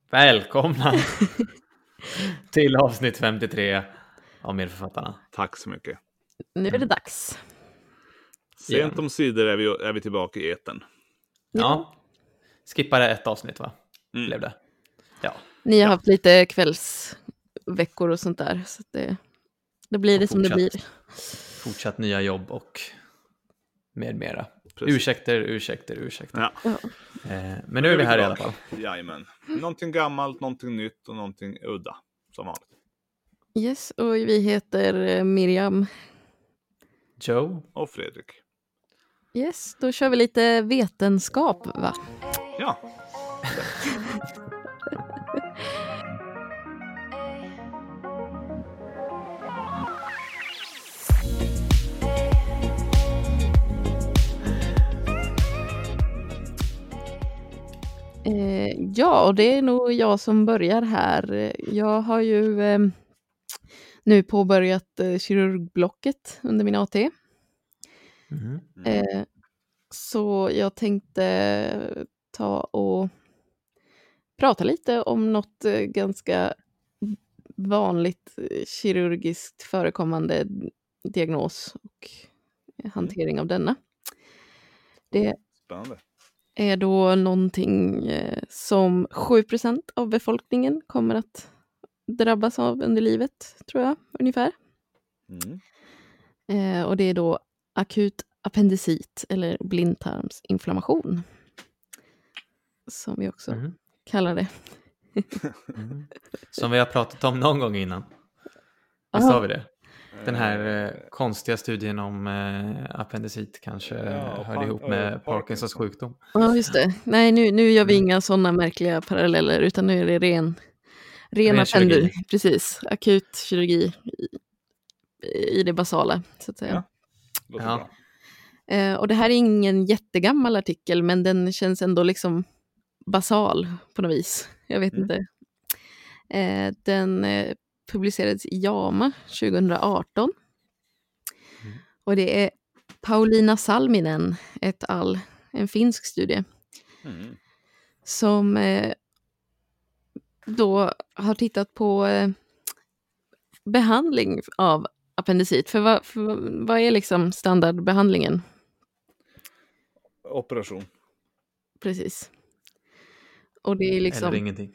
Välkomna till avsnitt 53 av Medförfattarna. Tack så mycket. Nu är det dags. Sent om sidor är vi tillbaka i etern. Ja. Skippade ett avsnitt, va? Blev det. Ja. Ni har haft lite kvällsveckor och sånt där. Så det blir det som det blir. Fortsatt nya jobb och med mera. Precis. Ursäkter. Ja. Men nu är vi här i alla fall. Jajamän. Någonting gammalt, någonting nytt och någonting udda. Som vanligt. Yes, och vi heter Miriam. Joe. Och Fredrik. Yes, då kör vi lite vetenskap, va? Ja. Ja, och det är nog jag som börjar här. Jag har ju nu påbörjat kirurgblocket under min AT. Så jag tänkte ta och prata lite om något ganska vanligt kirurgiskt förekommande diagnos och hantering av denna. Det Spännande. är då någonting som 7% av befolkningen kommer att drabbas av under livet, tror jag, ungefär. Och det är då akut appendicit eller blindtarmsinflammation, som vi också kallar det. Som vi har pratat om någon gång innan. Visst har vi det? Den här konstiga studien om appendicit kanske hörde ihop med Parkinsons sjukdom. Ja, just det. Nej, nu gör vi inga sådana märkliga paralleller, utan nu är det ren appendicit. Precis, akut kirurgi i det basala, så att säga. Ja, bra. Och det här är ingen jättegammal artikel, men den känns ändå liksom basal på något vis. Jag vet inte. Den publicerades i JAMA 2018. Och det är Pauliina Salminen et al., en finsk studie, som då har tittat på behandling av appendicit. För vad är liksom standardbehandlingen? Operation. Precis. Och det är liksom... Eller ingenting.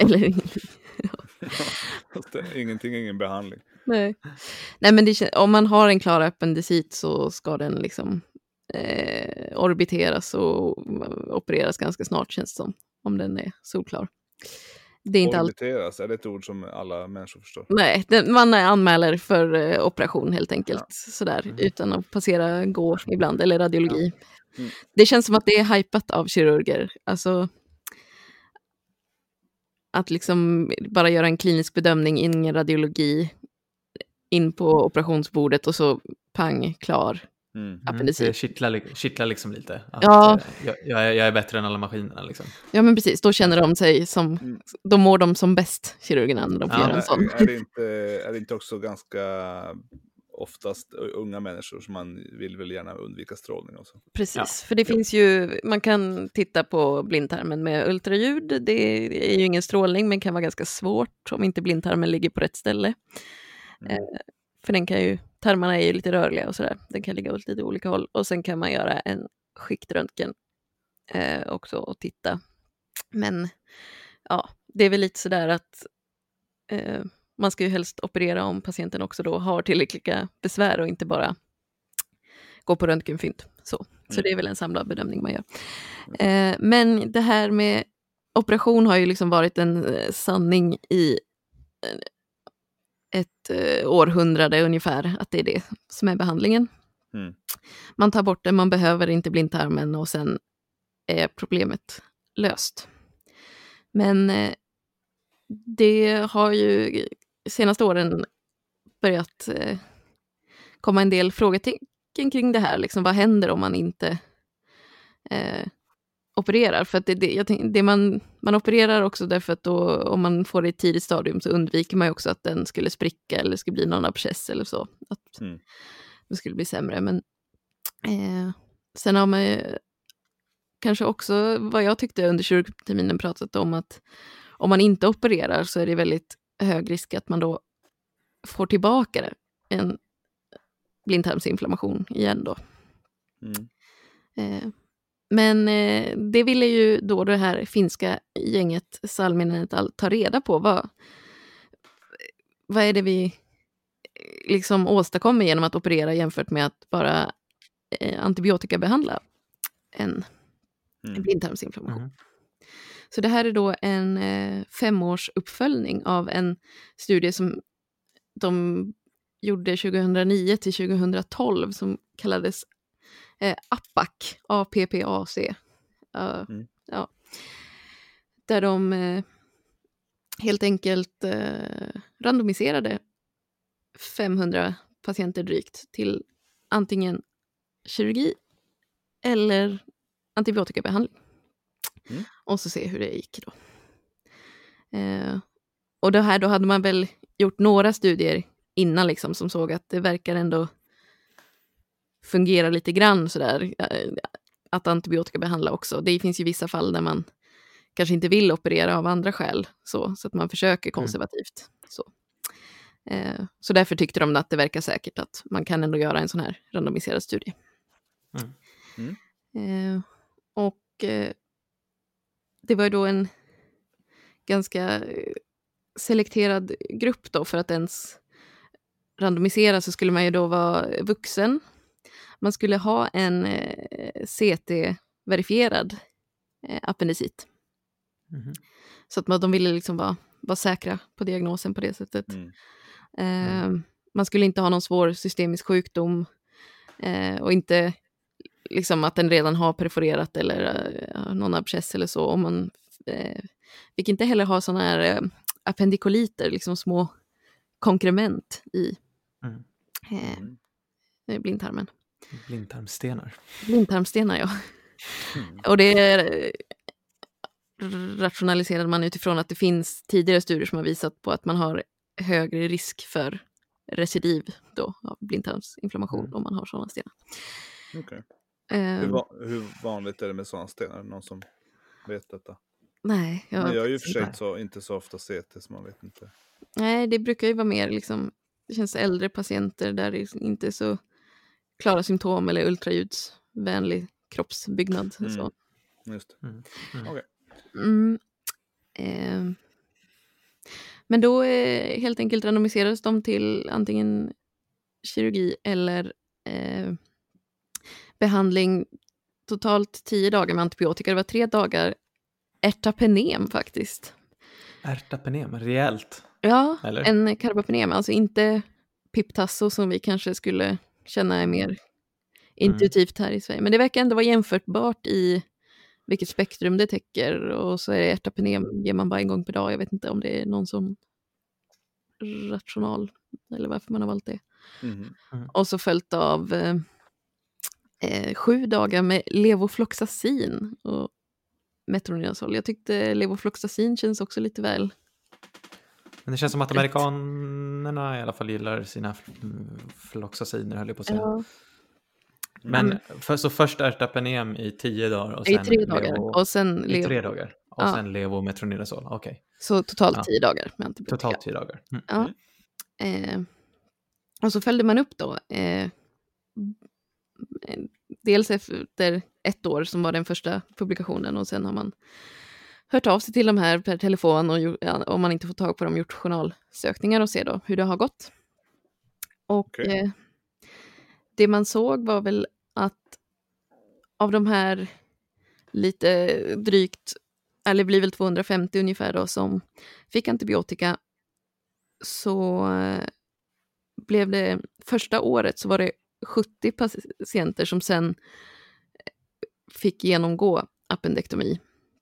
Ingenting, ingen behandling. Nej, men om man har en klar appendicit så ska den liksom orbiteras och opereras ganska snart, känns det som, om den är solklar. Det är inte orbiteras, är det ett ord som alla människor förstår? Nej, man anmäler för operation helt enkelt, sådär, utan att passera gå ibland, eller radiologi. Det känns som att det är hypat av kirurger, alltså att liksom bara göra en klinisk bedömning, ingen radiologi, in på operationsbordet och så pang, klar. Appendicit. Det kittlar liksom lite. Att, ja. Jag är bättre än alla maskinerna liksom. Ja, men precis. Då känner de sig som... Då mår de som bäst, kirurgerna, när de får göra en sån. Är det inte också ganska oftast unga människor som man vill väl gärna undvika strålning och så? Precis, för det finns ju... Man kan titta på blindtarmen med ultraljud. Det är ju ingen strålning, men kan vara ganska svårt om inte blindtarmen ligger på rätt ställe. För den kan ju... Tarmarna är ju lite rörliga och sådär. Den kan ligga åt lite olika håll. Och sen kan man göra en skiktröntgen också och titta. Men ja, det är väl lite sådär att man ska ju helst operera om patienten också då har tillräckliga besvär och inte bara gå på röntgenfynd. Så det är väl en samlad bedömning man gör. Men det här med operation har ju liksom varit en sanning i ett århundrade ungefär, att det är det som är behandlingen. Man tar bort det, man behöver inte blindtarmen och sen är problemet löst. Men det har ju senaste åren börjat komma en del frågetecken kring det här. Liksom, vad händer om man inte opererar? För att man opererar också därför att då, om man får det i ett tidigt stadium så undviker man ju också att den skulle spricka eller skulle bli någon abscess eller så. Att det skulle bli sämre. Men sen har man ju kanske också, vad jag tyckte under kirurgterminen, pratat om att om man inte opererar så är det väldigt hög risk att man då får tillbaka en blindtarmsinflammation igen då. Men det ville ju då det här finska gänget Salminen et al. Ta reda på. Vad är det vi liksom åstadkommer genom att operera jämfört med att bara antibiotikabehandla en blindtarmsinflammation. Så det här är då en 5-årsuppföljning av en studie som de gjorde 2009 till 2012 som kallades APPAC, APPAC. Ja. Där de helt enkelt randomiserade 500 patienter drygt till antingen kirurgi eller antibiotikabehandling. Och så se hur det gick då. Och det här, då hade man väl gjort några studier innan liksom, som såg att det verkar ändå fungera lite grann sådär, att antibiotika behandla också. Det finns ju vissa fall där man kanske inte vill operera av andra skäl, så att man försöker konservativt. Så därför tyckte de att det verkar säkert att man kan ändå göra en sån här randomiserad studie. Och det var ju då en ganska selekterad grupp då, för att ens randomisera så skulle man ju då vara vuxen. Man skulle ha en CT-verifierad appendicit. Så att de ville liksom vara säkra på diagnosen på det sättet. Man skulle inte ha någon svår systemisk sjukdom och inte liksom att den redan har perforerat eller någon abscess eller så. Och man fick inte heller ha sådana här appendikoliter, liksom små konkrement i blindtarmen. Blindtarmsstenar, ja. Och det rationaliserade man utifrån att det finns tidigare studier som har visat på att man har högre risk för recidiv då, av blindtarmsinflammation om man har sådana stenar. Okay. Hur vanligt är det med sådana stenar? Någon som vet detta? Nej. Jag har ju försökt inte så ofta CT, så man vet inte. Nej, det brukar ju vara mer liksom, det känns äldre patienter där det inte är så klara symptom eller ultraljudsvänlig kroppsbyggnad. Så. Just det. Okay. Men då helt enkelt randomiserades de till antingen kirurgi eller behandling totalt 10 dagar med antibiotika. Det var 3 dagar ertapenem faktiskt. Ertapenem, rejält? Ja, eller? En karbapenem, alltså inte piptasso som vi kanske skulle känna är mer intuitivt här i Sverige. Men det verkar ändå vara jämförbart i vilket spektrum det täcker, och så är det ertapenem ger man bara en gång per dag. Jag vet inte om det är någon sån rational eller varför man har valt det. Och så följt av 7 dagar med levofloxacin och metronidazol. Jag tyckte levofloxacin känns också lite väl. Men det känns som att amerikanerna i alla fall gillar sina floxaciner, höll jag på att säga. Ja. Men så först ertapenem i 10 dagar och sen i 3 dagar och sen i 3 dagar och sen levometronidazol. Okej. Så totalt 10 dagar med antibiotika. Totalt 10 dagar. Ja. Och så följde man upp då dels efter 1 år som var den första publikationen, och sen har man hört av sig till de här per telefon och om man inte får tag på dem gjort journalsökningar och se då hur det har gått. Och det man såg var väl att av de här lite drygt, eller blir väl 250 ungefär då, som fick antibiotika, så blev det första året så var det 70 patienter som sen fick genomgå appendektomi.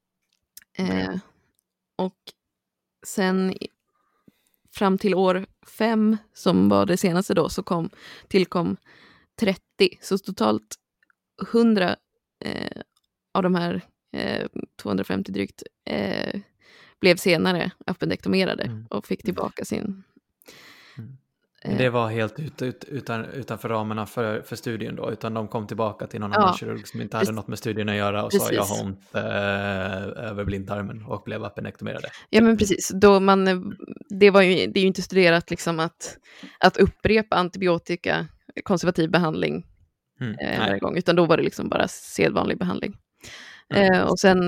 Och sen fram till år 5 som var det senaste då, så tillkom 30. Så totalt 100 av de här 250 drygt blev senare appendektomerade och fick tillbaka sin Det var helt utanför ramarna för studien då, utan de kom tillbaka till någon annan kirurg som inte hade något med studien att göra och sa jag har ont över blindtarmen och blev appendektomerade. Ja, men precis. Det är ju inte studerat liksom att upprepa antibiotika konservativ behandling varje gång, utan då var det liksom bara sedvanlig behandling. Och sen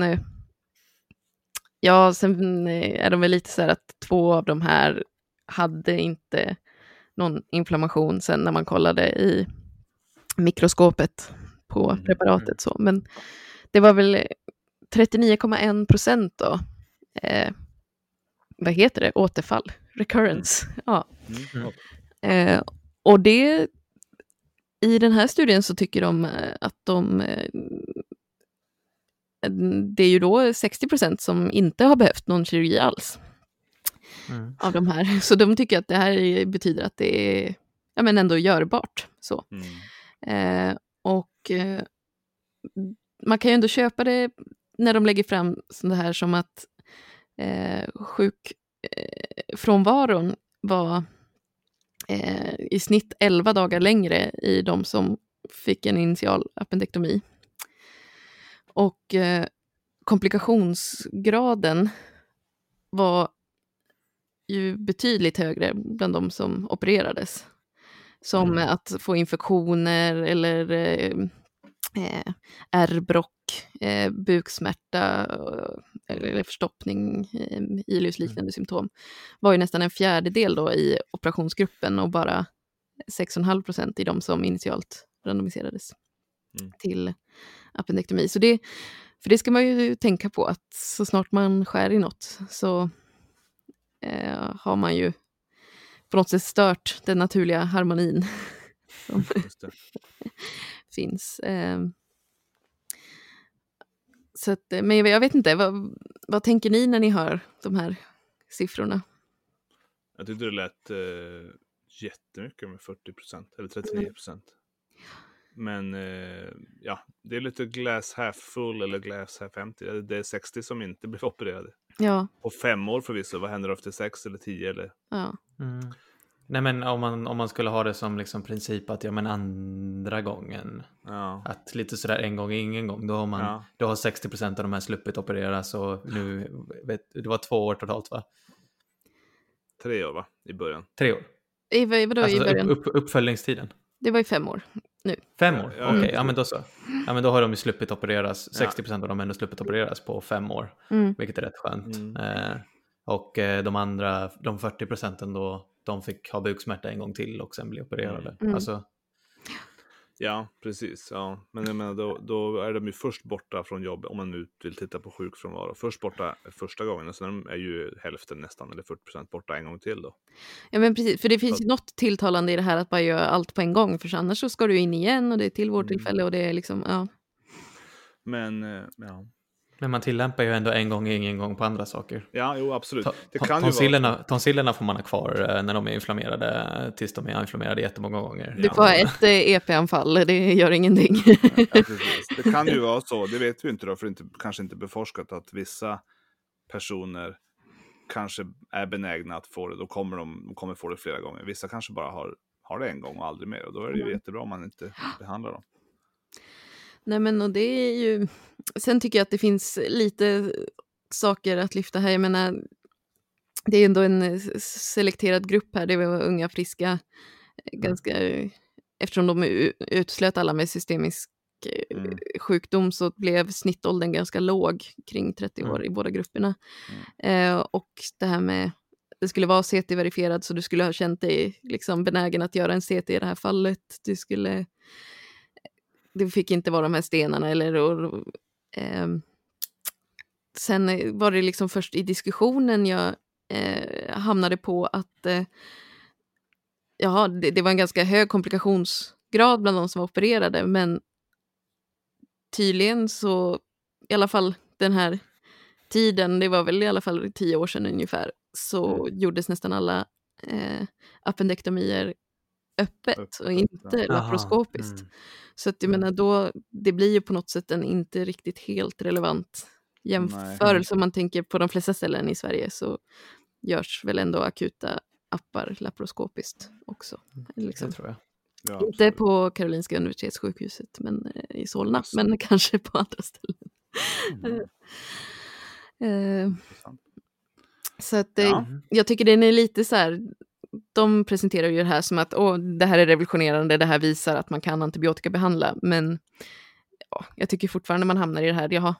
är de väl lite så här att 2 av de här hade inte någon inflammation sen när man kollade i mikroskopet på preparatet. Så. Men det var väl 39,1% då. Vad heter det? Återfall. Recurrence. Ja. Och det i den här studien så tycker de att det är ju då 60% som inte har behövt någon kirurgi alls av de här. Så de tycker att det här betyder att det är ändå görbart. Så. Man kan ju ändå köpa det när de lägger fram sånt här som att sjukfrånvaron var i snitt 11 dagar längre i de som fick en initial appendektomi. Och komplikationsgraden var ju betydligt högre bland de som opererades. Som att få infektioner eller ärrbrock, buksmärta eller förstoppning, ileusliknande symptom. Var ju nästan en fjärdedel då i operationsgruppen och bara 6,5% i de som initialt randomiserades till appendektomi. Så det ska man ju tänka på, att så snart man skär i något så har man ju på något sätt stört den naturliga harmonin som finns. Så att, men jag vet inte, vad tänker ni när ni hör de här siffrorna? Jag tyckte det lät jättemycket med 40% eller 39%. Men det är lite glass half full eller glass half empty. Det är 60 som inte blev opererade. Ja. På 5 år förvisso, vad händer efter 6 eller 10 eller? Ja. Nej, men om man skulle ha det som liksom princip att andra gången, att lite sådär en gång ingen gång, då har 60% av de här sluppit opereras och nu, det var 2 år totalt va? 3 år va? I början. 3 år? Vadå alltså i början? Uppföljningstiden. Det var i 5 år nu. 5 år? Okej, ja men då så. Ja men då har de ju sluppit opereras, 60% av dem har ändå sluppit opereras på 5 år, vilket är rätt skönt. Och de 40% då, de fick ha buksmärta en gång till och sen bli opererade. Alltså... Ja, precis. Ja. Men jag menar, då är de ju först borta från jobb, om man nu vill titta på sjukfrånvaro. Först borta första gången och sen är ju hälften nästan, eller 40% borta en gång till då. Ja men precis, för det finns ju något tilltalande i det här att bara göra allt på en gång, för annars så ska du in igen och det är till vårdtillfälle och det är liksom, Men, Men man tillämpar ju ändå en gång ingen gång på andra saker. Ja, jo absolut. Tonsillerna får man ha kvar när de är inflammerade tills de är inflammerade jättemånga gånger. Du får ett EP-anfall, det gör ingenting. Ja, precis. Det kan ju vara så, det vet vi inte då, för kanske inte beforskat, att vissa personer kanske är benägna att få det, då kommer få det flera gånger. Vissa kanske bara har det en gång och aldrig mer, och då är det ju jättebra om man inte behandlar dem. Nej men och det är ju, sen tycker jag att det finns lite saker att lyfta här. Jag menar, det är ändå en selekterad grupp här, det var unga friska, ganska, eftersom de utslöt alla med systemisk sjukdom, så blev snittåldern ganska låg, kring 30 år i båda grupperna. Och det här med, det skulle vara CT-verifierad, så du skulle ha känt dig liksom benägen att göra en CT i det här fallet. Det fick inte vara de här stenarna sen var det liksom först i diskussionen jag hamnade på att det var en ganska hög komplikationsgrad bland de som var opererade, men tydligen så, i alla fall den här tiden, det var väl i alla fall 10 år sedan ungefär, så gjordes nästan alla appendektomier öppet och inte laparoskopiskt. Så att jag menar då, det blir ju på något sätt en inte riktigt helt relevant jämförelse. Om man tänker på de flesta ställen i Sverige så görs väl ändå akuta appar laparoskopiskt också. Liksom. Det tror jag. Ja, Inte på Karolinska universitetssjukhuset, men i Solna, men kanske på andra ställen. Så att jag tycker den är lite så här, de presenterar ju det här som att det här är revolutionerande, det här visar att man kan antibiotikabehandla, men jag tycker fortfarande man hamnar i det här,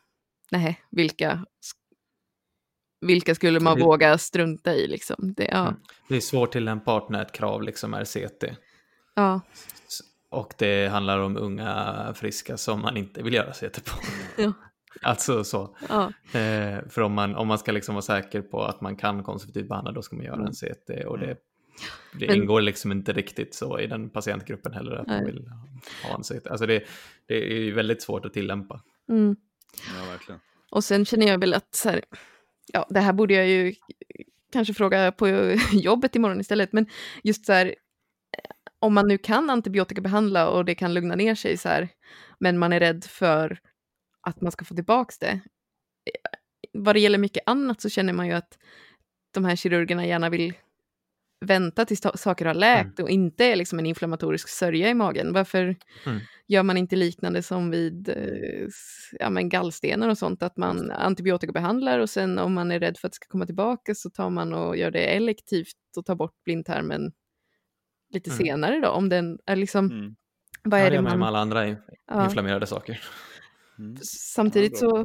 vilka skulle man våga strunta i liksom? Det är svårt tillämpbart när ett krav liksom är CT. Ja. Och det handlar om unga friska som man inte vill göra CT på. Ja. Alltså så. Ja. För om man ska liksom vara säker på att man kan konservativt behandla, då ska man göra en CT. Och det ingår liksom inte riktigt så i den patientgruppen heller att man vill ha en CT. Alltså det är ju väldigt svårt att tillämpa. Mm. Ja, verkligen. Och sen känner jag väl att så här, det här borde jag ju kanske fråga på jobbet imorgon istället. Men just så här, om man nu kan antibiotikabehandla och det kan lugna ner sig så här, men man är rädd för att man ska få tillbaka det. Vad det gäller mycket annat så känner man ju att de här kirurgerna gärna vill vänta tills saker har läkt och inte är liksom en inflammatorisk sörja i magen. Varför gör man inte liknande som vid gallstenar och sånt, att man antibiotikabehandlar och sen om man är rädd för att det ska komma tillbaka så tar man och gör det elektivt och tar bort blindtarmen lite senare då, om den är liksom vad är det med alla andra inflammerade saker. Samtidigt så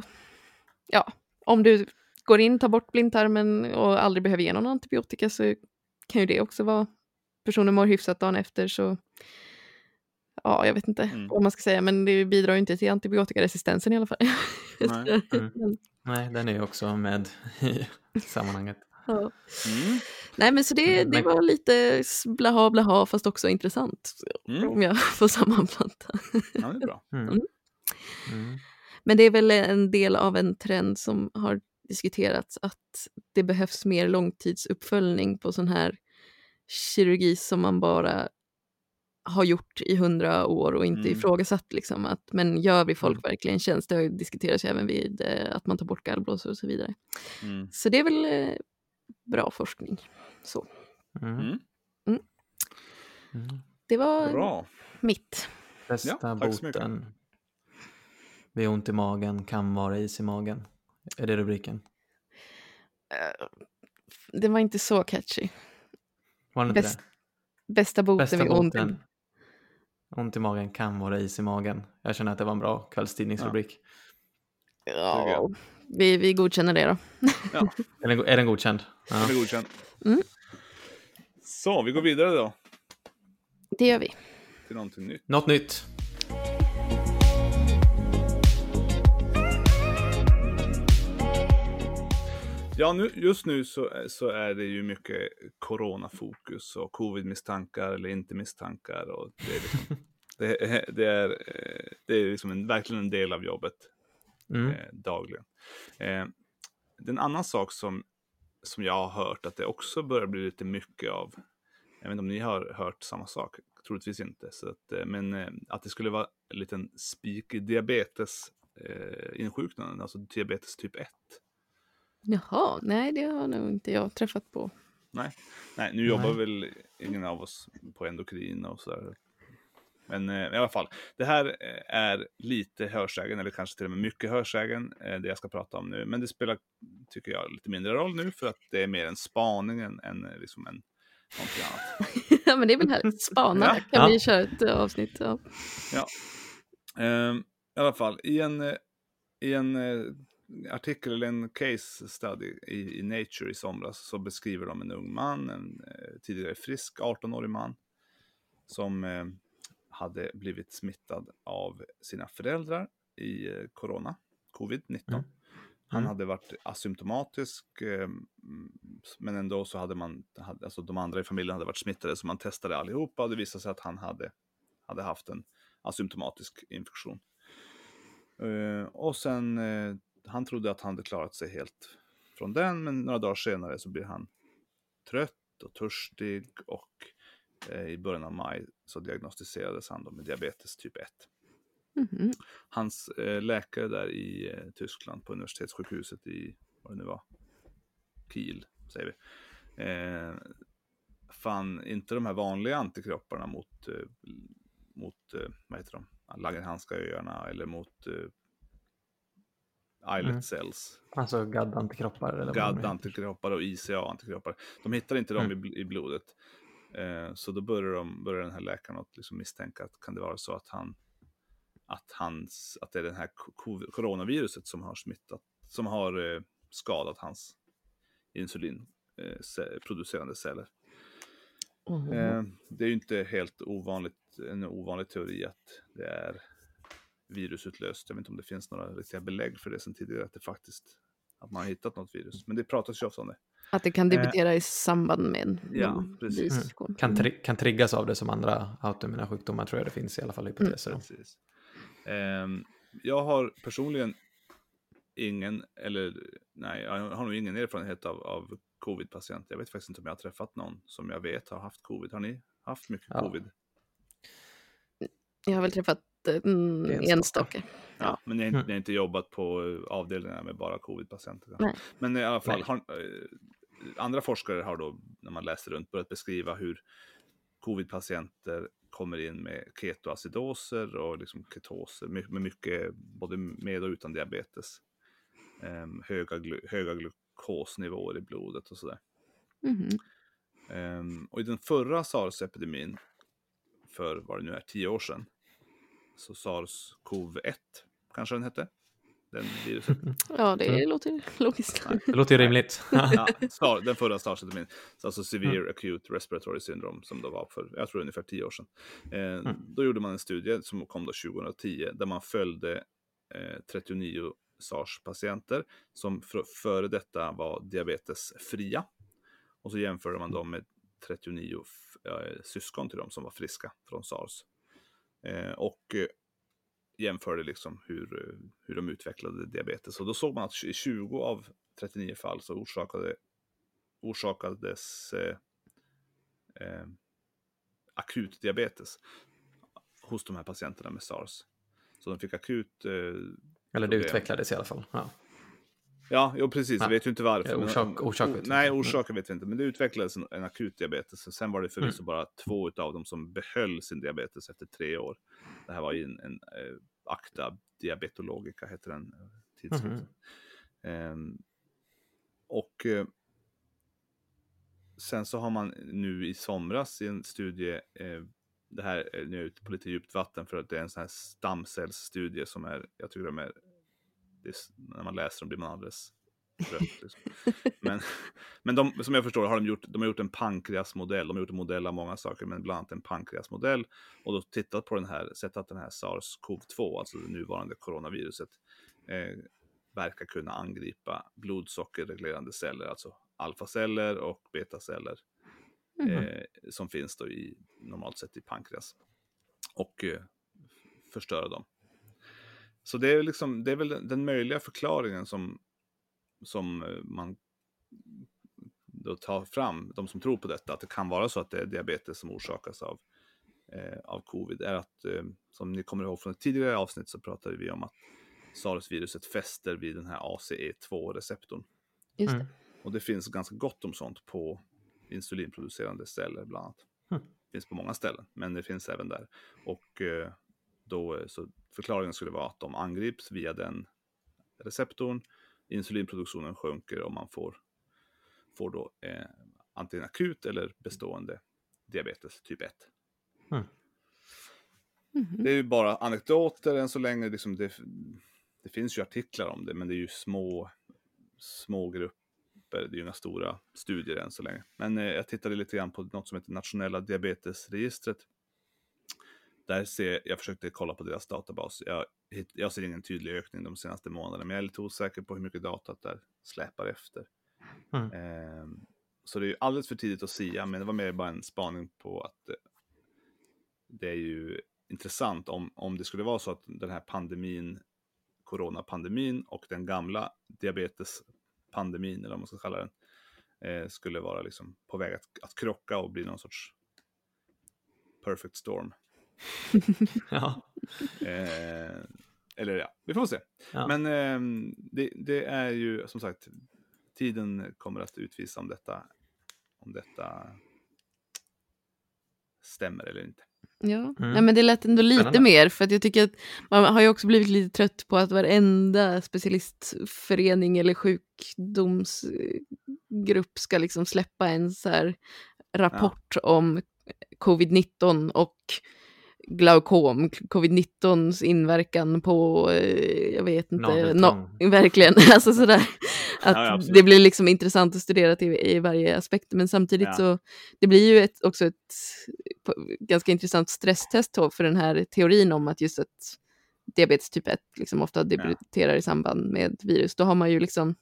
om du går in, tar bort blindtarmen och aldrig behöver ge någon antibiotika så kan ju det också vara, personen mår hyfsat dagen efter, så jag vet inte vad man ska säga, men det bidrar ju inte till antibiotikaresistensen i alla fall. Nej, den är ju också med i sammanhanget. Ja. Nej, men så det var lite blaha fast också intressant om jag får sammanfatta. Ja, det är bra. Men det är väl en del av en trend som har diskuterats, att det behövs mer långtidsuppföljning på sån här kirurgi som man bara har gjort i 100 år och inte ifrågasatt liksom, men gör vi folk verkligen tjänst? Det har ju diskuterats även vid att man tar bort gallblåsor och så vidare. Så det är väl bra forskning. Så. Det var bra. Mitt. Bästa boten vid ont i magen kan vara is i magen. Är det rubriken? Det var inte så catchy. Var det inte det? Bästa boten vid ont i magen kan vara is i magen. Jag känner att det var en bra kvällstidningsrubrik. Ja, vi godkänner det då. Ja. Är den godkänd? Ja. Den är godkänd. Så, vi går vidare då. Det gör vi. Till någonting nytt. Något nytt. Ja, just nu så är det ju mycket coronafokus och covid-misstankar eller inte misstankar. Och det är liksom verkligen en del av jobbet dagligen. En annan sak som jag har hört att det också börjar bli lite mycket av, jag vet inte om ni har hört samma sak, troligtvis inte, men att det skulle vara en liten spik i diabetes insjuknanden, alltså diabetes typ 1. Jaha, nej det har nog inte jag träffat på. Nej, nu jobbar väl ingen av oss på endokrin och sådär. Men i alla fall, det här är lite hörsägen, eller kanske till och med mycket hörsägen, det jag ska prata om nu. Men det spelar, tycker jag, lite mindre roll nu, för att det är mer en spaning än liksom någonting annat. Ja, men det är väl härligt. Spana, kan vi köra ett avsnitt av. Ja. I alla fall, i en artikel eller en case study i Nature i somras så beskriver de en ung man, en tidigare frisk 18-årig man som hade blivit smittad av sina föräldrar i covid-19. Han hade varit asymptomatisk, men ändå så alltså de andra i familjen hade varit smittade, så man testade allihopa och det visade sig att han hade haft en asymptomatisk infektion. Och sen han trodde att han hade klarat sig helt från den, men några dagar senare så blir han trött och törstig, och i början av maj så diagnostiserades han då med diabetes typ 1. Hans läkare där i Tyskland på universitetssjukhuset i, vad det nu var, Kiel säger vi, fann inte de här vanliga antikropparna mot vad heter de? Langerhanska-öarna eller mot islet cells. Alltså GAD-antikroppar eller GAD-antikroppar och ICA-antikroppar. De hittar inte dem i blodet. Så då börjar den här läkaren att liksom misstänka att kan det vara så att att det är det här coronaviruset som har smittat, som har skadat hans insulinproducerande celler. Det är ju inte helt en ovanlig teori att det är virusutlöst. Jag vet inte om det finns några riktiga belägg för det sen tidigare, att man har hittat något virus. Men det pratas ju ofta om det. Att det kan debutera i samband med precis. Kan triggas av det som andra autoimmuna sjukdomar, tror jag det finns i alla fall hypoteser. Precis. Jag har personligen jag har nog ingen erfarenhet av covid-patient. Jag vet faktiskt inte om jag har träffat någon som jag vet har haft covid. Har ni haft mycket covid? Jag har väl träffat enstaka. Ja, men ni har inte jobbat på avdelningar med bara covid-patienter. Nej. Men i alla fall, andra forskare har då, när man läser runt, börjat beskriva hur covid-patienter kommer in med ketoacidoser och liksom ketoser, med mycket, både med och utan diabetes. Höga glukosnivåer i blodet och sådär. Och i den förra SARS-epidemin, för vad det nu är, 10 år sedan, så SARS-CoV-1 kanske den hette, den viruset. Ja, det låter logiskt. Det låter ju rimligt. Den förra SARS-epidemin, alltså Severe Acute Respiratory Syndrome, som då var för, jag tror ungefär 10 år sedan. Då gjorde man en studie som kom då 2010, där man följde 39 SARS-patienter som före detta var diabetesfria. Och så jämförde man dem med 39 syskon till dem som var friska från SARS. Och jämförde liksom hur de utvecklade diabetes. Och då såg man att i 20 av 39 fall så orsakades akut diabetes hos de här patienterna med SARS. Så de fick akut eller det utvecklades i alla fall. Ja, precis. Jag vet ju inte varför. Orsaken vet vi inte. Men det utvecklades en akut diabetes. Sen var det förvisso bara 2 av dem som behöll sin diabetes efter 3 år. Det här var ju en Acta Diabetologica, heter den tidskriften. Och sen så har man nu i somras i en studie, det här är nu ute på lite djupt vatten, för att det är en sån här stamcellsstudie som är, jag tycker när man läser dem blir man alldeles trött. Liksom. Men de, som jag förstår, har de har gjort en pankreasmodell. De har gjort en modell av många saker, men bland annat en pankreasmodell. Och då tittat på sett att den här SARS-CoV-2, alltså det nuvarande coronaviruset, verkar kunna angripa blodsockerreglerande celler, alltså alfaceller och betaceller som finns då normalt sett i pankreas, och förstöra dem. Så det är väl den möjliga förklaringen som man då tar fram, de som tror på detta, att det kan vara så att det är diabetes som orsakas av covid, är att, som ni kommer ihåg från ett tidigare avsnitt, så pratade vi om att SARS-viruset fäster vid den här ACE2-receptorn. Just det. Och det finns ganska gott om sånt på insulinproducerande celler bland annat. Det finns på många ställen, men det finns även där. Och då så förklaringen skulle vara att de angrips via den receptorn. Insulinproduktionen sjunker och man får då antingen akut eller bestående diabetes typ 1. Det är ju bara anekdoter än så länge. Liksom det finns ju artiklar om det, men det är ju små grupper. Det är ju inga stora studier än så länge. Men jag tittade lite grann på något som heter Nationella diabetesregistret. Jag försökte kolla på deras databas. Jag ser ingen tydlig ökning de senaste månaderna, men jag är lite osäker på hur mycket data där släpar efter. Så det är ju alldeles för tidigt att säga, men det var mer bara en spaning på att det är ju intressant om det skulle vara så att den här coronapandemin och den gamla diabetespandemin, eller vad man ska kalla den, skulle vara liksom på väg att krocka och bli någon sorts perfect storm. Eller ja, vi får se. Men det är ju som sagt, tiden kommer att utvisa om detta stämmer eller inte. Ja, ja, men det lät ändå lite mer, för att jag tycker att man har ju också blivit lite trött på att varenda specialistförening eller sjukdomsgrupp ska liksom släppa en så här rapport om covid-19 och glaukom, covid-19s inverkan på, jag vet inte, verkligen, alltså sådär, att det blir liksom intressant att studera i varje aspekt, men samtidigt så, det blir ju också ett ganska intressant stresstest för den här teorin om att just att diabetes typ 1 liksom ofta debuterar i samband med virus, då har man ju liksom,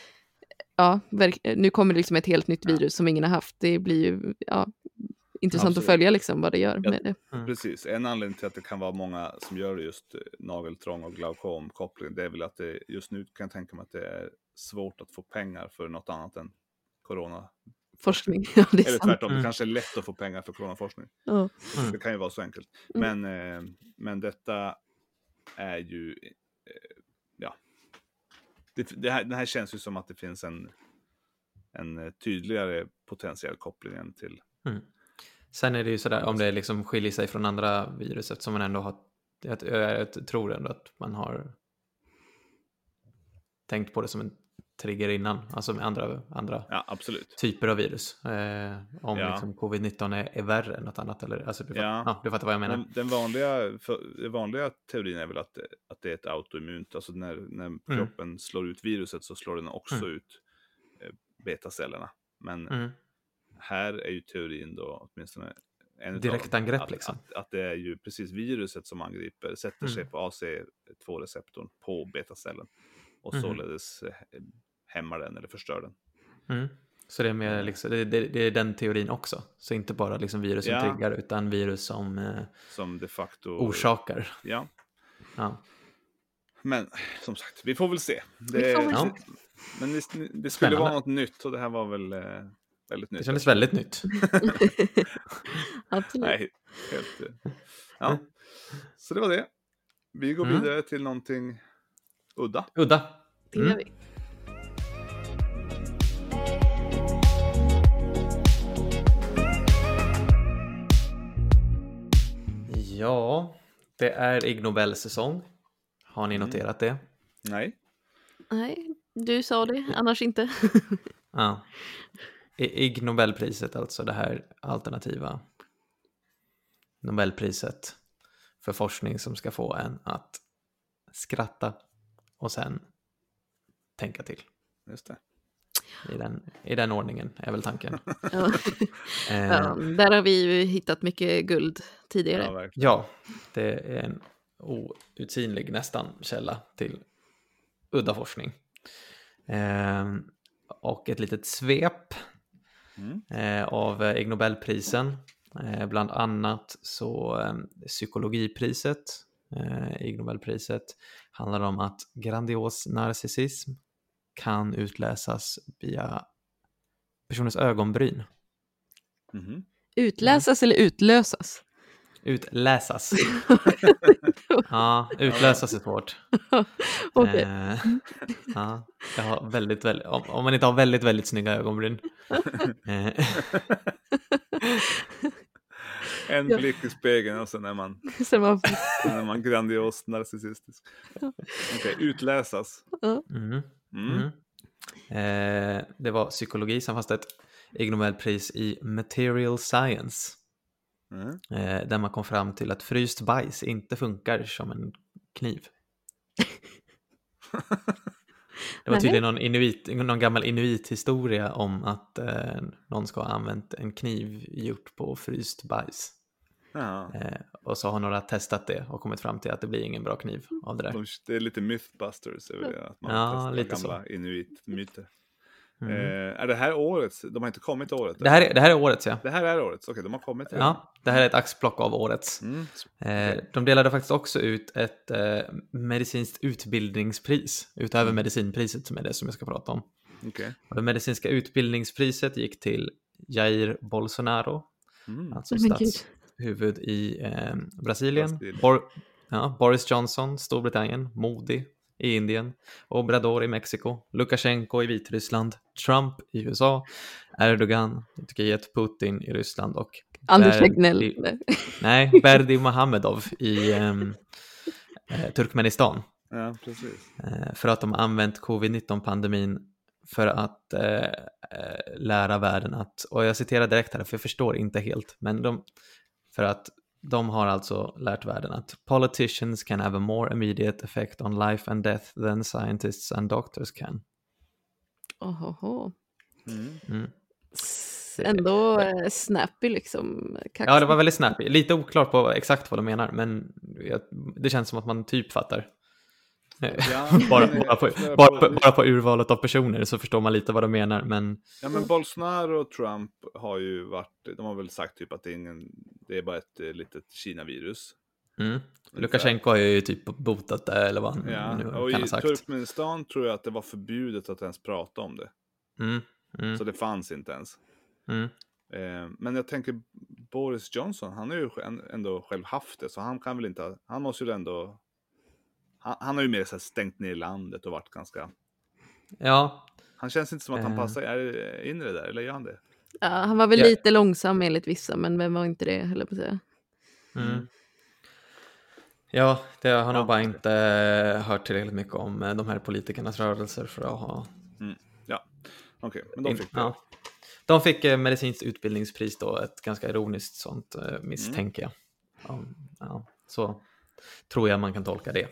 nu kommer det liksom ett helt nytt virus som ingen har haft, det blir ju, intressant att följa liksom vad det gör med det. Precis, en anledning till att det kan vara många som gör just nageltrång och glaukomkoppling, det är väl att det just nu kan jag tänka mig att det är svårt att få pengar för något annat än coronaforskning. Eller tvärtom, det kanske är lätt att få pengar för coronaforskning. Det kan ju vara så enkelt. Men detta är ju det här känns ju som att det finns en tydligare potentiell koppling än till. Sen är det ju sådär, om det liksom skiljer sig från andra virus, eftersom man ändå har, jag tror ändå att man har tänkt på det som en trigger innan, alltså med andra absolut. typer av virus. Om liksom covid-19 är värre än något annat, eller alltså du fattar vad jag menar. Den vanliga teorin är väl att det är ett autoimmunt, alltså när kroppen slår ut viruset så slår den också ut betacellerna. Men här är ju teorin då åtminstone direktangrepp liksom. Att det är ju precis viruset som angriper, sätter sig på AC2-receptorn på betacellen och således hämmar den eller förstör den. Så det är mer liksom, det är den teorin också. Så inte bara liksom virus som triggar, utan virus som de facto orsakar. Ja. Ja. Men som sagt, vi får väl se. Men det skulle Spännande. vara något nytt, och det här var väl väldigt nytt. Det kändes väldigt nytt. Absolut. Nej, helt, så det var det. Vi går vidare till någonting udda. Det gör vi. Ja, det är Ig Nobel-säsong. Har ni noterat det? Nej, du sa det, annars inte. Ja. Ig Nobelpriset, alltså det här alternativa Nobelpriset för forskning som ska få en att skratta och sen tänka till. Just det. I den ordningen är väl tanken. Där har vi ju hittat mycket guld tidigare. Ja, det är en outsinlig nästan källa till udda forskning. Och ett litet svep av Ig Nobelprisen. Bland annat så psykologipriset, Ig Nobelpriset, handlar om att grandios narcissism kan utläsas via personens ögonbryn. Utläsas eller utlösas? Utläsas. Ja, utlösas är svårt. Okay. Jag har väldigt, om man inte har väldigt, väldigt snygga ögonbryn. En blick i spegeln och sen är man grandios narcissistisk. Okej, utläsas. Det var psykologi som fast ett Ig Nobelpris i material science. Där man kom fram till att fryst bajs inte funkar som en kniv. Det var tydligen någon gammal inuithistoria om att någon ska ha använt en kniv gjort på fryst bajs. Och så har några testat det och kommit fram till att det blir ingen bra kniv av det där. Det är lite mythbusters över det, att man testar lite gamla inuitmyter. Är det här årets? De har inte kommit året? Det här är årets, ja. Det här är årets, okej, de har kommit. Ja, det här är ett axplock av årets. De delade faktiskt också ut ett medicinskt utbildningspris utöver medicinpriset, som är det som jag ska prata om. Och det medicinska utbildningspriset gick till Jair Bolsonaro, alltså statshuvud i Brasilien. Boris Johnson, Storbritannien. Modi i Indien, Obrador i Mexiko, Lukasjenko i Vitryssland, Trump i USA, Erdogan i Turkiet, Putin i Ryssland och Anders Tegnell. Nej, Berdi Muhamedov i Turkmenistan. Ja, precis. För att de har använt covid-19-pandemin för att lära världen att, och jag citerar direkt här för jag förstår inte helt, men för att de har alltså lärt världen att politicians can have a more immediate effect on life and death than scientists and doctors can. Ohoho. Mm. Ändå snappy liksom. Kaxigt. Ja, det var väldigt snappy. Lite oklart på exakt vad de menar, men det känns som att man typ fattar. Ja, bara på urvalet av personer så förstår man lite vad de menar, men... Ja, men Bolsonaro och Trump har ju varit, de har väl sagt typ att det är bara ett litet Kina-virus. Lukasjenko har ju typ botat det, eller vad han nu och kan ha sagt. I Turkmenistan tror jag att det var förbjudet att ens prata om det. Så det fanns inte ens. Men jag tänker Boris Johnson, han har ju ändå själv haft det, så han kan väl inte, han måste ju ändå, han har ju mer så här stängt ner landet och varit ganska, han känns inte som att han passar in i det där, eller gör han det? Ja, han var väl lite långsam enligt vissa, men vem var inte det, höll jag på att säga. Ja, det har nog bara inte hört tillräckligt mycket om de här politikernas rörelser för att ha... Ja, okej, men de fick det. Ja. De fick medicinskt utbildningspris då, ett ganska ironiskt sånt misstänker jag. Ja, så tror jag man kan tolka det.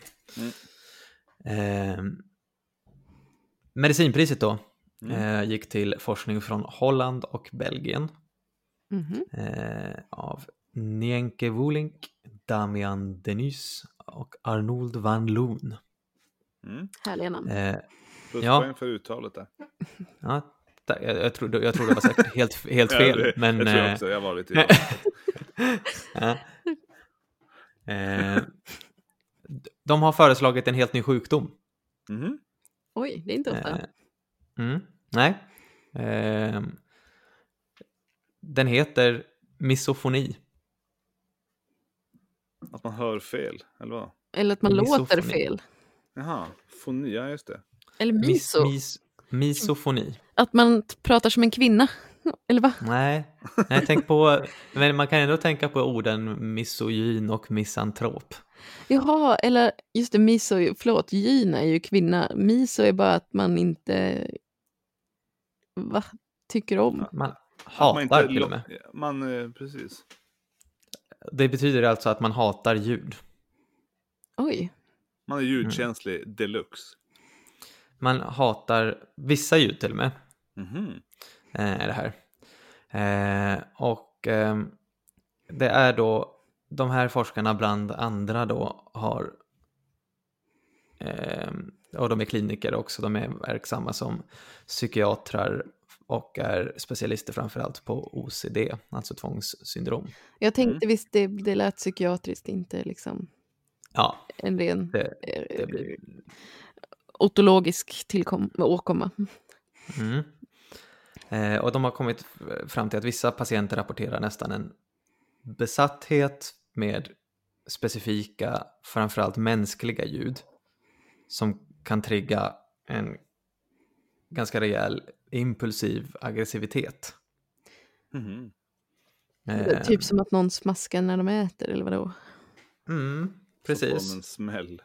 Medicinpriset då gick till forskning från Holland och Belgien av Nienke Woelink, Damian Denys och Arnold van Loon. Härliga namn. Pluspoäng för uttalet där. Ja, jag tror det var säkert helt fel. Men, jag tror också, jag var lite de har föreslagit en helt ny sjukdom. Oj, det är inte ofta. Nej. Den heter misofoni. Att man hör fel, eller vad? Eller att man låter fel. Jaha, foni, ja just det. Eller misofoni. Att man pratar som en kvinna, eller va? Nej, men man kan ändå tänka på orden misogyn och misantrop. Jaha, eller just det, gyn är ju kvinna. Miso är bara att man inte tycker om. Man hatar till och med. Precis. Det betyder alltså att man hatar ljud. Oj. Man är ljudkänslig deluxe. Man hatar vissa ljud till och med. Är det här. Och det är då de här forskarna bland andra då har och de är kliniker också, de är verksamma som psykiatrar och är specialister framförallt på OCD, alltså tvångssyndrom. Jag tänkte visst det lät psykiatriskt, inte liksom en ren det blir... otologisk åkomma. Och de har kommit fram till att vissa patienter rapporterar nästan en besatthet med specifika, framförallt mänskliga ljud som kan trigga en ganska rejäl impulsiv aggressivitet. Typ som att någon smaskar när de äter, eller vadå? Precis. Så får de en smäll.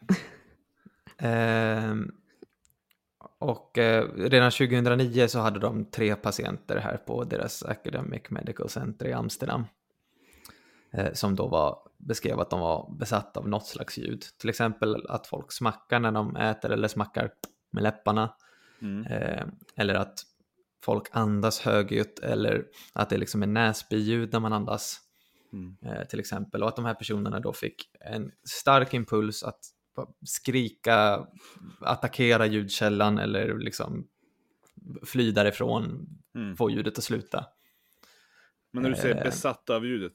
Och redan 2009 så hade de 3 patienter här på deras Academic Medical Center i Amsterdam som då beskrev att de var besatta av något slags ljud. Till exempel att folk smackar när de äter eller smackar med läpparna. Eller att folk andas högljutt eller att det liksom är näsbiljud när man andas. Till exempel. Och att de här personerna då fick en stark impuls att skrika, attackera ljudkällan eller liksom fly därifrån, få ljudet att sluta. Men när du säger besatta av ljudet,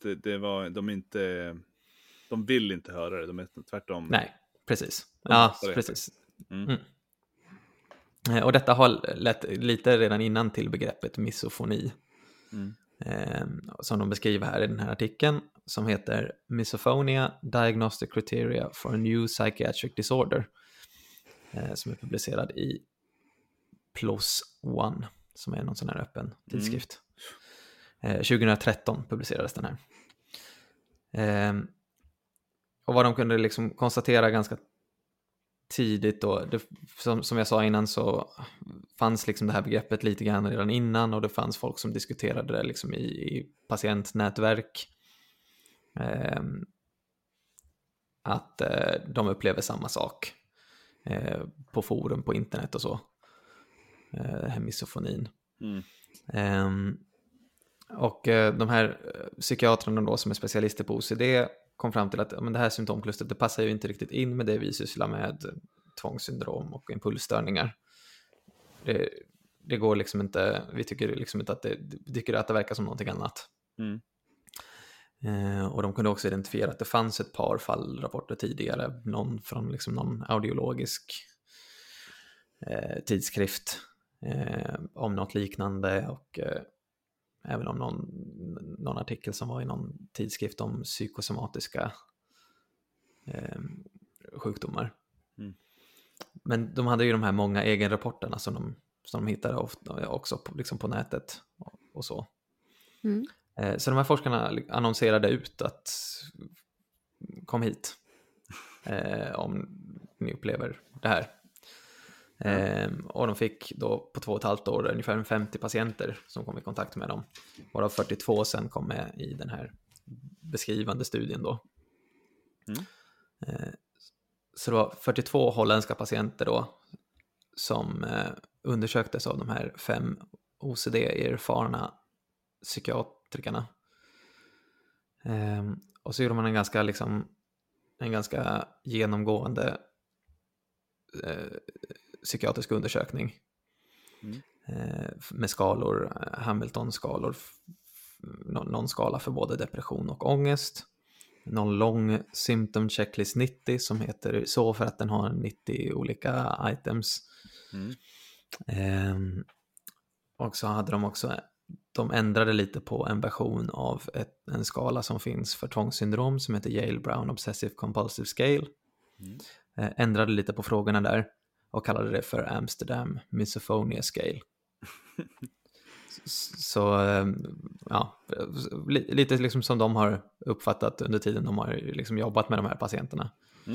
de vill inte höra det, de är tvärtom. Nej, precis. Ja, precis. Och detta har lett lite redan innan till begreppet misofoni. Som de beskriver här i den här artikeln, som heter Misophonia, Diagnostic Criteria for a New Psychiatric Disorder, som är publicerad i PLOS ONE, som är någon sån här öppen tidskrift. 2013 publicerades den här. Och vad de kunde liksom konstatera ganska tidigt då, som jag sa innan, så fanns liksom det här begreppet lite grann redan innan, och det fanns folk som diskuterade det liksom i patientnätverk, att de upplever samma sak på forum på internet och så, misofonin. Och de här psykiatrarna då som är specialister på OCD kom fram till att men det här symptomklustret, det passar ju inte riktigt in med det vi sysslar med, tvångssyndrom och impulsstörningar. Det går liksom inte, vi tycker liksom inte att det verkar som någonting annat. Och de kunde också identifiera att det fanns ett par fallrapporter tidigare, någon från liksom någon audiologisk tidskrift om något liknande, och även om någon artikel som var i någon tidskrift om psykosomatiska sjukdomar. Men de hade ju de här många egenrapporterna som de hittade ofta också liksom på nätet och så. Så de här forskarna annonserade ut att kom hit om ni upplever det här. Och de fick då på 2,5 år ungefär 50 patienter som kom i kontakt med dem, varav 42 sen kom med i den här beskrivande studien då. Så det var 42 holländska patienter då som undersöktes av de här 5 OCD-erfarna psykiatrikerna. Och så gjorde man en ganska genomgående psykiatrisk undersökning med skalor, Hamilton-skalor, någon skala för både depression och ångest, någon lång symptom checklist 90 som heter så för att den har 90 olika items. Och så hade de ändrade lite på en version av en skala som finns för tvångssyndrom som heter Yale-Brown Obsessive Compulsive Scale. Ändrade lite på frågorna där och kallade det för Amsterdam Misophonia Scale. Så ja, lite liksom som de har uppfattat under tiden de har liksom jobbat med de här patienterna.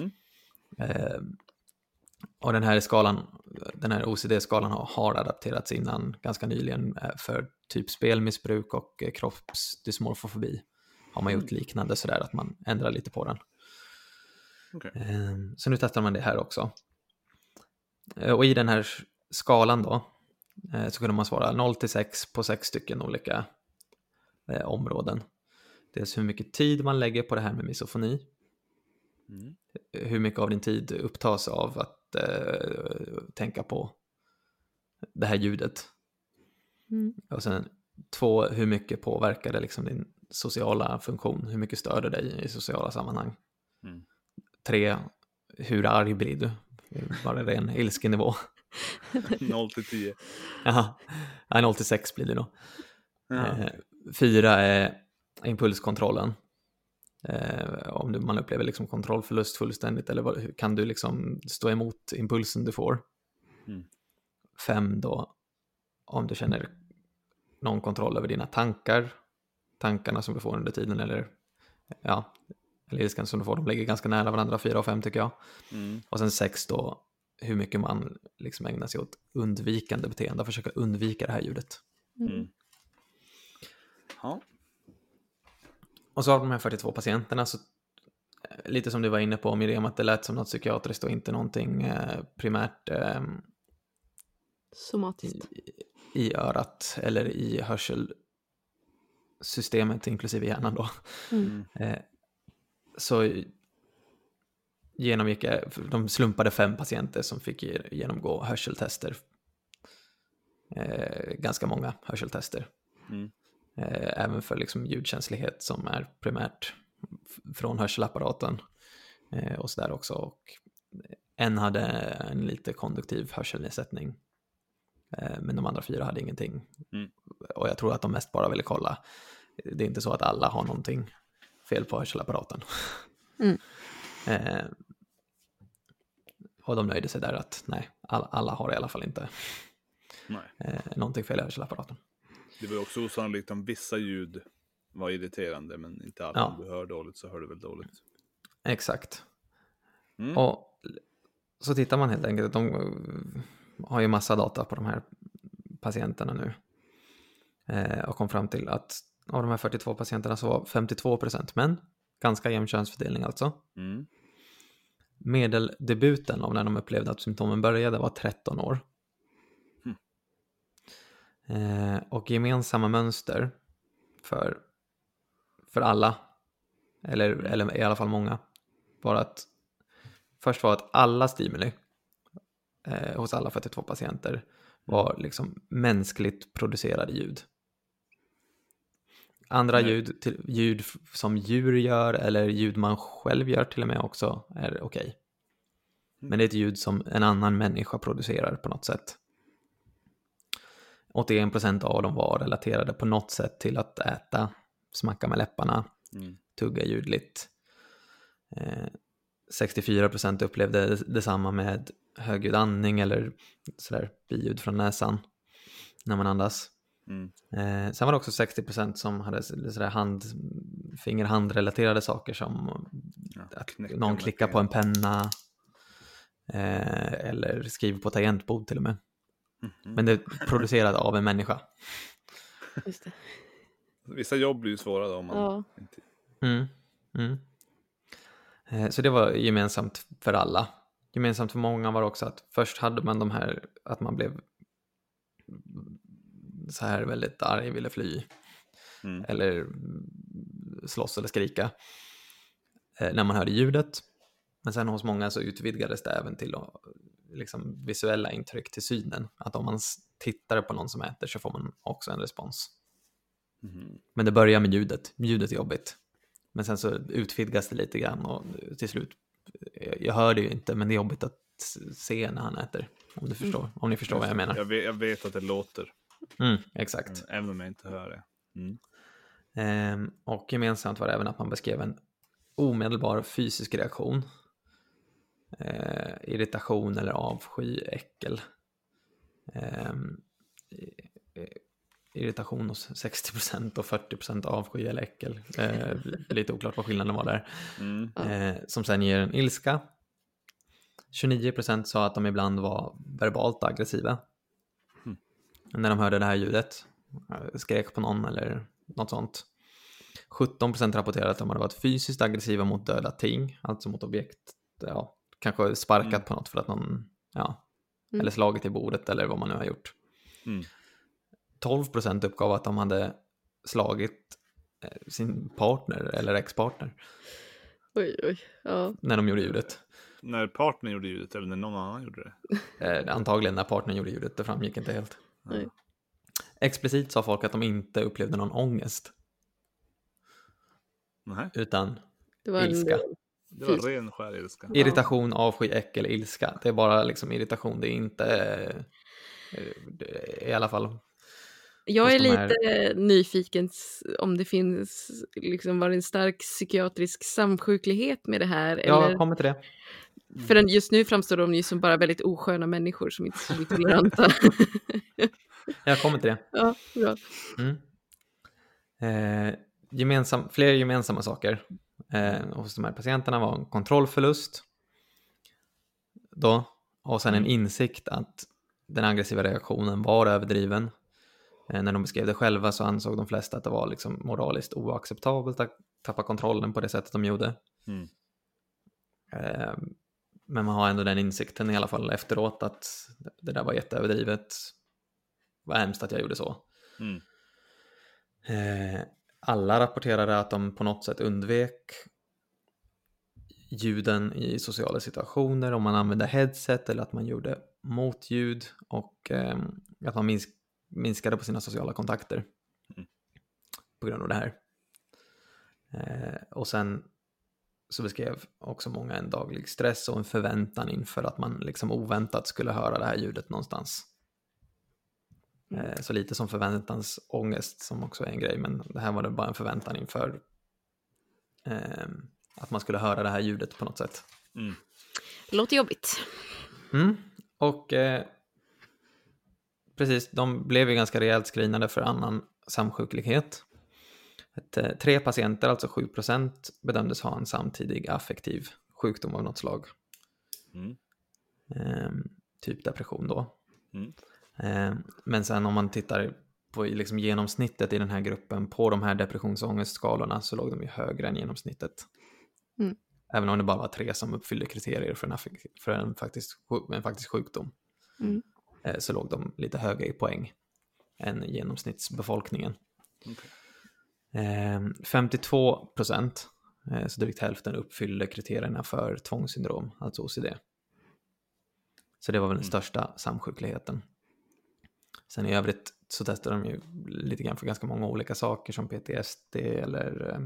Och den här skalan, den här OCD-skalan har adapterats innan ganska nyligen för typ spelmissbruk och kroppsdysmorfofobi. Har man gjort liknande sådär att man ändrar lite på den. Så nu testar man det här också. Och i den här skalan då så kunde man svara 0-6 på 6 stycken olika områden. Dels hur mycket tid man lägger på det här med misofoni. Hur mycket av din tid upptas av att tänka på det här ljudet. Och sen 2, hur mycket påverkar det liksom din sociala funktion? Hur mycket stör det dig i sociala sammanhang? 3, hur arg blir du? Bara det en ilskenivå. 0-10. Jaha, 0-6 blir det då. 4 är impulskontrollen. Om man upplever liksom kontrollförlust fullständigt, eller kan du liksom stå emot impulsen du får. 5 då, om du känner någon kontroll över dina tankarna som du får under tiden, eller ilskan som du får, de ligger ganska nära varandra, 4 och 5 tycker jag. Och sen 6 då, hur mycket man liksom ägnar sig åt undvikande beteende, försöka undvika det här ljudet. Ja. Och så av de här 42 patienterna, så lite som du var inne på Miriam, att det lät som något psykiatriskt och inte någonting primärt somatiskt i örat eller i hörselsystemet inklusive hjärnan då. Så de slumpade 5 patienter som fick genomgå hörseltester. Ganska många hörseltester. Även för liksom ljudkänslighet som är primärt från hörselapparaten och sådär också. Och en hade en lite konduktiv hörselnedsättning, men de andra 4 hade ingenting. Och jag tror att de mest bara ville kolla. Det är inte så att alla har någonting fel på hörselapparaten. Och de nöjde sig där att nej, alla har i alla fall inte någonting fel i hörselapparaten. Det var också osannolikt om vissa ljud var irriterande, men inte alla. Ja. Om du hör dåligt så hör du väl dåligt. Exakt. Och så tittar man helt enkelt, de har ju massa data på de här patienterna nu. Och kom fram till att av de här 42 patienterna så var 52% män. Ganska jämn könsfördelning alltså. Medeldebuten av när de upplevde att symptomen började var 13 år. Och gemensamma mönster för alla, eller i alla fall många, var att först var att alla stimuli hos alla 42 patienter var liksom mänskligt producerade ljud. Andra ljud som djur gör eller ljud man själv gör till och med också är okej. Men det är ett ljud som en annan människa producerar på något sätt. 81% av dem var relaterade på något sätt till att äta, smacka med läpparna, tugga ljudligt. 64% upplevde detsamma med högljudd andning eller sådär biljud från näsan när man andas. Sen var det också 60% som hade sådär handrelaterade saker som att någon klickar på en penna eller skriver på tangentbord till och med. Men det är producerat av en människa. Just det. Vissa jobb blir ju svåra då om man inte... Så det var gemensamt för alla. Gemensamt för många var också att först hade man de här, att man blev så här väldigt arg, ville fly eller slåss eller skrika när man hörde ljudet. Men sen hos många så utvidgades det även till liksom visuella intryck till synen. Att om man tittar på någon som äter så får man också en respons. Men det börjar med ljudet. Ljudet är jobbigt. Men sen så utvidgas det lite grann och till slut, jag hör det ju inte, men det är jobbigt att se när han äter. Om ni förstår vad jag menar. Jag vet att det låter. Exakt. Även om jag inte hör det. Och gemensamt var det även att man beskrev en omedelbar fysisk reaktion. Irritation eller avsky, äckel. Irritation hos 60% och 40% avsky eller äckel. Lite oklart vad skillnaden var där. Som sen ger en ilska. 29% sa att de ibland var verbalt aggressiva. När de hörde det här ljudet. Skrek på någon eller något sånt. 17% rapporterade att de hade varit fysiskt aggressiva mot döda ting. Alltså mot objekt. Ja, kanske sparkat på något för att någon... Ja, eller slagit i bordet eller vad man nu har gjort. 12% uppgav att de hade slagit sin partner eller ex-partner. Oj, ja. När de gjorde ljudet. När partnern gjorde ljudet eller när någon annan gjorde det? Antagligen när partnern gjorde ljudet, det framgick inte helt. Nej. Explicit sa folk att de inte upplevde någon ångest. Nej. Utan Det var ilska. Det var ren skär ilska. Irritation, avsky, äckel, ilska. Det är bara liksom irritation, det är inte... I alla fall... Jag är lite nyfiken om det finns, liksom, var det en stark psykiatrisk samsjuklighet med det här? Ja, eller? jag kommer till det. För just nu framstår de ju som bara väldigt osköna människor som inte är så toleranta. Jag kommer till det. Ja, bra. Fler gemensamma saker hos de här patienterna var en kontrollförlust då, och sen en insikt att den aggressiva reaktionen var överdriven. När de beskrev det själva så ansåg de flesta att det var liksom moraliskt oacceptabelt att tappa kontrollen på det sättet de gjorde. Men man har ändå den insikten i alla fall efteråt att det där var jätteöverdrivet. Vad hemskt att jag gjorde så. Alla rapporterade att de på något sätt undvek ljuden i sociala situationer, om man använde headset eller att man gjorde motljud, och att man minskade på sina sociala kontakter på grund av det här. Och sen så beskrev också många en daglig stress och en förväntan inför att man liksom oväntat skulle höra det här ljudet någonstans. Så lite som förväntansångest som också är en grej, men det här var det bara en förväntan inför att man skulle höra det här ljudet på något sätt. Det låter jobbigt. Och precis, de blev ju ganska rejält screenade för annan samsjuklighet. 3 patienter, alltså 7%, bedömdes ha en samtidig affektiv sjukdom av något slag. Typ depression då. Men sen om man tittar på liksom genomsnittet i den här gruppen på de här depressionsångestskalorna, så låg de ju högre än genomsnittet. Även om det bara var 3 som uppfyllde kriterier för en faktisk sjukdom. Så låg de lite högre i poäng än genomsnittsbefolkningen. 52%, så drygt hälften, uppfyllde kriterierna för tvångssyndrom, alltså OCD. Så det var väl den största samsjukligheten. Sen i övrigt så testade de ju lite grann för ganska många olika saker, som PTSD eller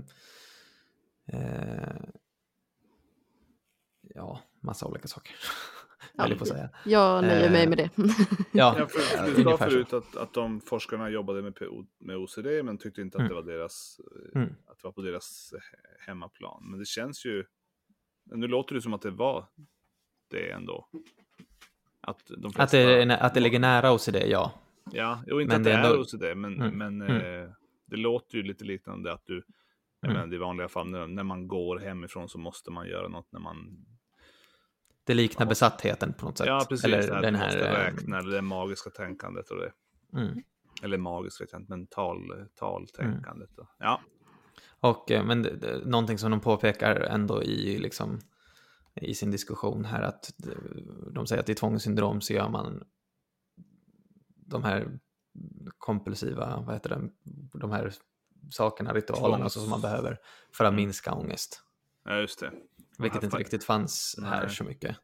massa olika saker. Ja, på säga. Jag nöjer mig med det. Jag sa förut att de forskarna jobbade med OCD, men tyckte inte att det var deras att det var på deras hemmaplan. Men det känns ju, nu låter det som att det var det ändå. Att det ligger nära OCD, ja. Ja, och inte men att det är OCD, men det låter ju lite liknande att du, men i vanliga fall när man går hemifrån så måste man göra något när man... Det liknar besattheten på något sätt. Ja, precis. Eller den här måste räkna, eller det magiska tänkandet och det. Eller magiskt, vet jag inte, men taltänkandet. Ja. Och men någonting som de påpekar ändå i sin diskussion här, att de säger att i tvångssyndrom så gör man de här kompulsiva, de här sakerna, ritualerna som man behöver för att minska ångest. Ja, just det. Vilket inte riktigt fanns här så mycket.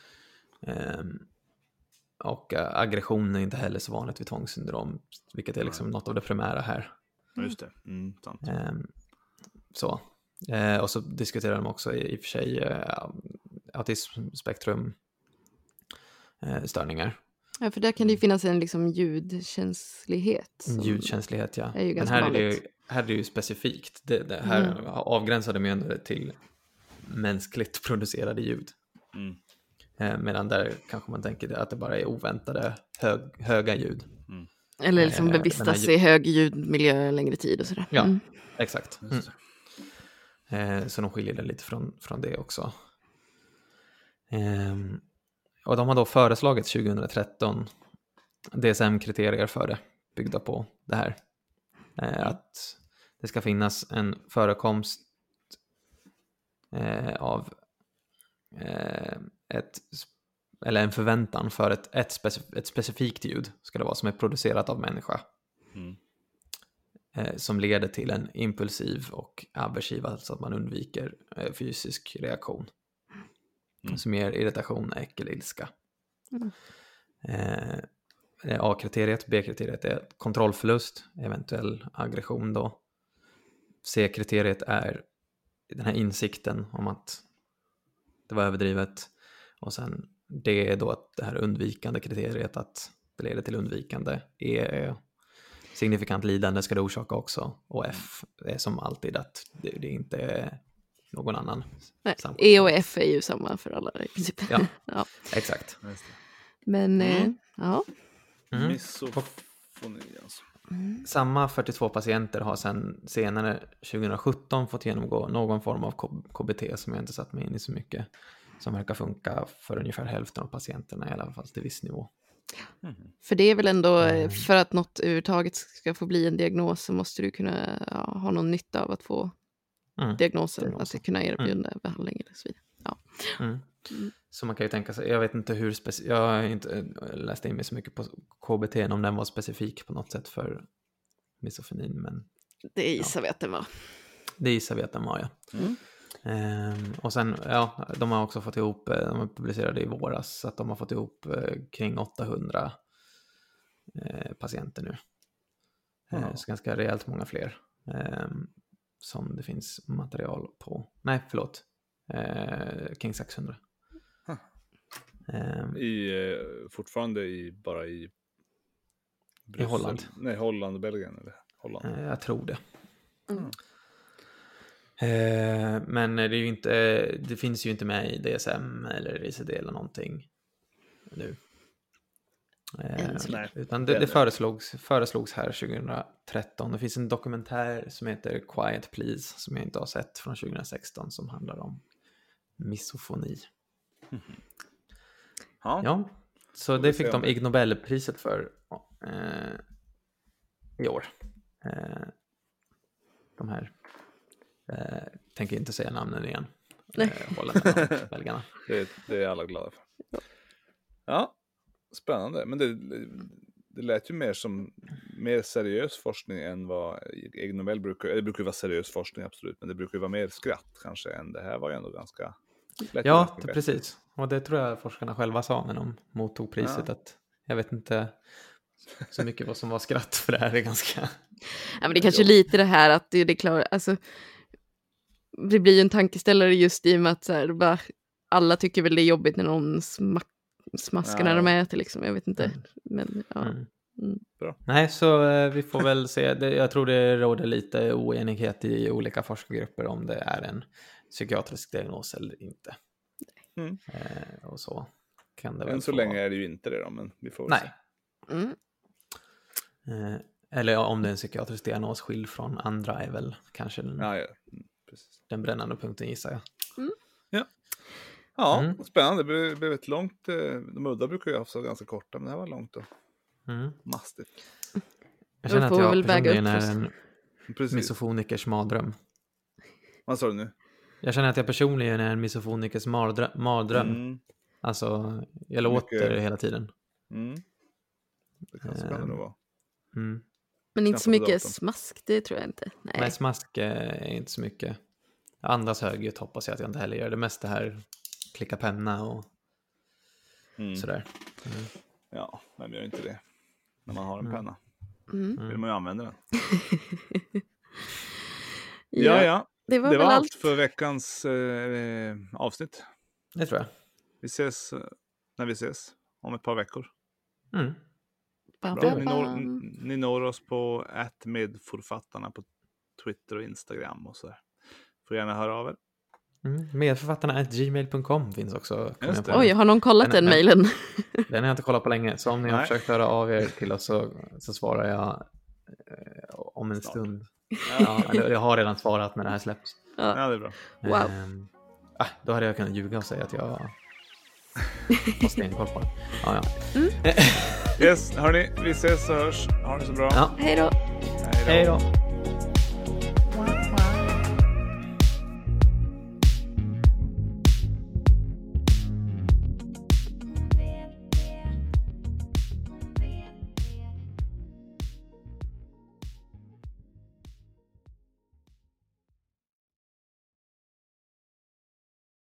Och aggression är inte heller så vanligt vid tvångssyndrom, vilket är liksom något av det primära här. Just det, sant. Så. Och så diskuterar de också i och för sig autismspektrum störningar. Ja, för där kan det ju finnas en liksom ljudkänslighet. Ljudkänslighet, ja. Är ju men här är det ju specifikt. Det här avgränsade man ändå till mänskligt producerade ljud. Medan där kanske man tänker att det bara är oväntade höga ljud. Eller liksom bevistas i hög ljudmiljö längre tid och sådär. Ja, exakt. Så de skiljer det lite från det också. Och de har då föreslagit 2013 DSM-kriterier för det, byggda på det här. Att det ska finnas en förekomst av eller en förväntan för ett specifikt ljud ska det vara, som är producerat av människa. Som leder till en impulsiv och aversiv, alltså att man undviker fysisk reaktion. Som ger irritation, äckel, ilska. A-kriteriet, B-kriteriet är kontrollförlust, eventuell aggression då. C-kriteriet är den här insikten om att det var överdrivet. Och sen D är då att det här undvikande kriteriet, att det leder till undvikande. E är signifikant lidande ska det orsaka också. Och F är som alltid att det inte är någon annan. Nej, E och F är ju samma för alla i princip. Ja. Exakt. Men, ja. Misofoni alltså. Samma 42 patienter har sen senare 2017 fått genomgå någon form av KBT som jag inte satt mig in i så mycket, som verkar funka för ungefär hälften av patienterna, i alla fall till viss nivå. För det är väl ändå, för att något överhuvudtaget ska få bli en diagnos, så måste du kunna ha någon nytta av att få diagnosen, att kunna erbjuda behandling eller så vidare. Ja. Så man kan ju tänka sig, jag vet inte hur jag har inte läst in mig så mycket på KBT, om den var specifik på något sätt för misofonin, men det gissar vi att den var. Det gissar vi att den var, ja. Och sen, de har också fått ihop, de publicerade i våras, så att de har fått ihop kring 800 patienter nu. Så ganska rejält många fler som det finns material på. Nej, förlåt. Kring 600. Fortfarande bara i Bryssel. I Holland. Nej, Holland och Belgien, eller Holland. Jag tror det. Men det är ju inte, det finns ju inte med i DSM eller ICD eller någonting nu. Utan det föreslogs här 2013. Det finns en dokumentär som heter Quiet Please som jag inte har sett från 2016 som handlar om misofoni. Ja, så det fick de Ig Nobelpriset för i år. De här tänker inte säga namnen igen. Belgarna. Det är alla glada för. Ja, spännande. Men det lät ju mer seriös forskning än vad Ig Nobel brukar. Det brukar ju vara seriös forskning, absolut. Men det brukar ju vara mer skratt kanske än det här var ju ändå ganska... Ja, precis. Och det tror jag forskarna själva sa när de mottog priset. Att jag vet inte så mycket vad som var skratt, för det här är ganska... Ja, men det är kanske lite det här att det är klart, alltså det blir ju en tankeställare just i och med att så här, alla tycker väl det är jobbigt när någon smaskar när de äter liksom, jag vet inte. Men Bra. Nej, så vi får väl se. Jag tror det råder lite oenighet i olika forskargrupper om det är en psykiatrisk diagnos eller inte. Och så kan det väl. Än så länge är det ju inte det då, men vi får se. Eller om det är en psykiatrisk diagnos skild från andra är väl kanske den brännande punkten, gissar jag. Ja, spännande. Det blev ett långt... De udda brukar ju ha så ganska korta, men det här var långt då. Mastigt. Jag känner att jag personligen är en misofonikers mardröm. Vad sa du nu? Jag känner att jag personligen är en misofonikers mardröm. Alltså, jag låter hela tiden. Det kan spännande vara. Men inte så mycket smask, det tror jag inte. Nej, smask är inte så mycket. Jag andas högljutt, hoppas jag att jag inte heller gör det mesta här. Klicka penna och sådär. Ja, vem gör inte det? När man har en penna. Vill man ju använda den. Ja. Det var allt för veckans avsnitt. Det tror jag. Vi ses när vi ses om ett par veckor. Ni når oss på @medförfattarna på Twitter och Instagram och så där. Får gärna höra av er. Medförfattarna@gmail.com finns också. Oj, har någon kollat den mejlen? Den har jag inte kollat på länge. Så om ni har försökt höra av er till oss så svarar jag om en stund. Eller jag har redan svarat när det här släpps. Ja, det är bra. Wow. Då hade jag kunnat ljuga och säga att jag har stenkoll på det. Yes, hörni, vi ses och hörs. Ha det så bra. Hej då. Hej då.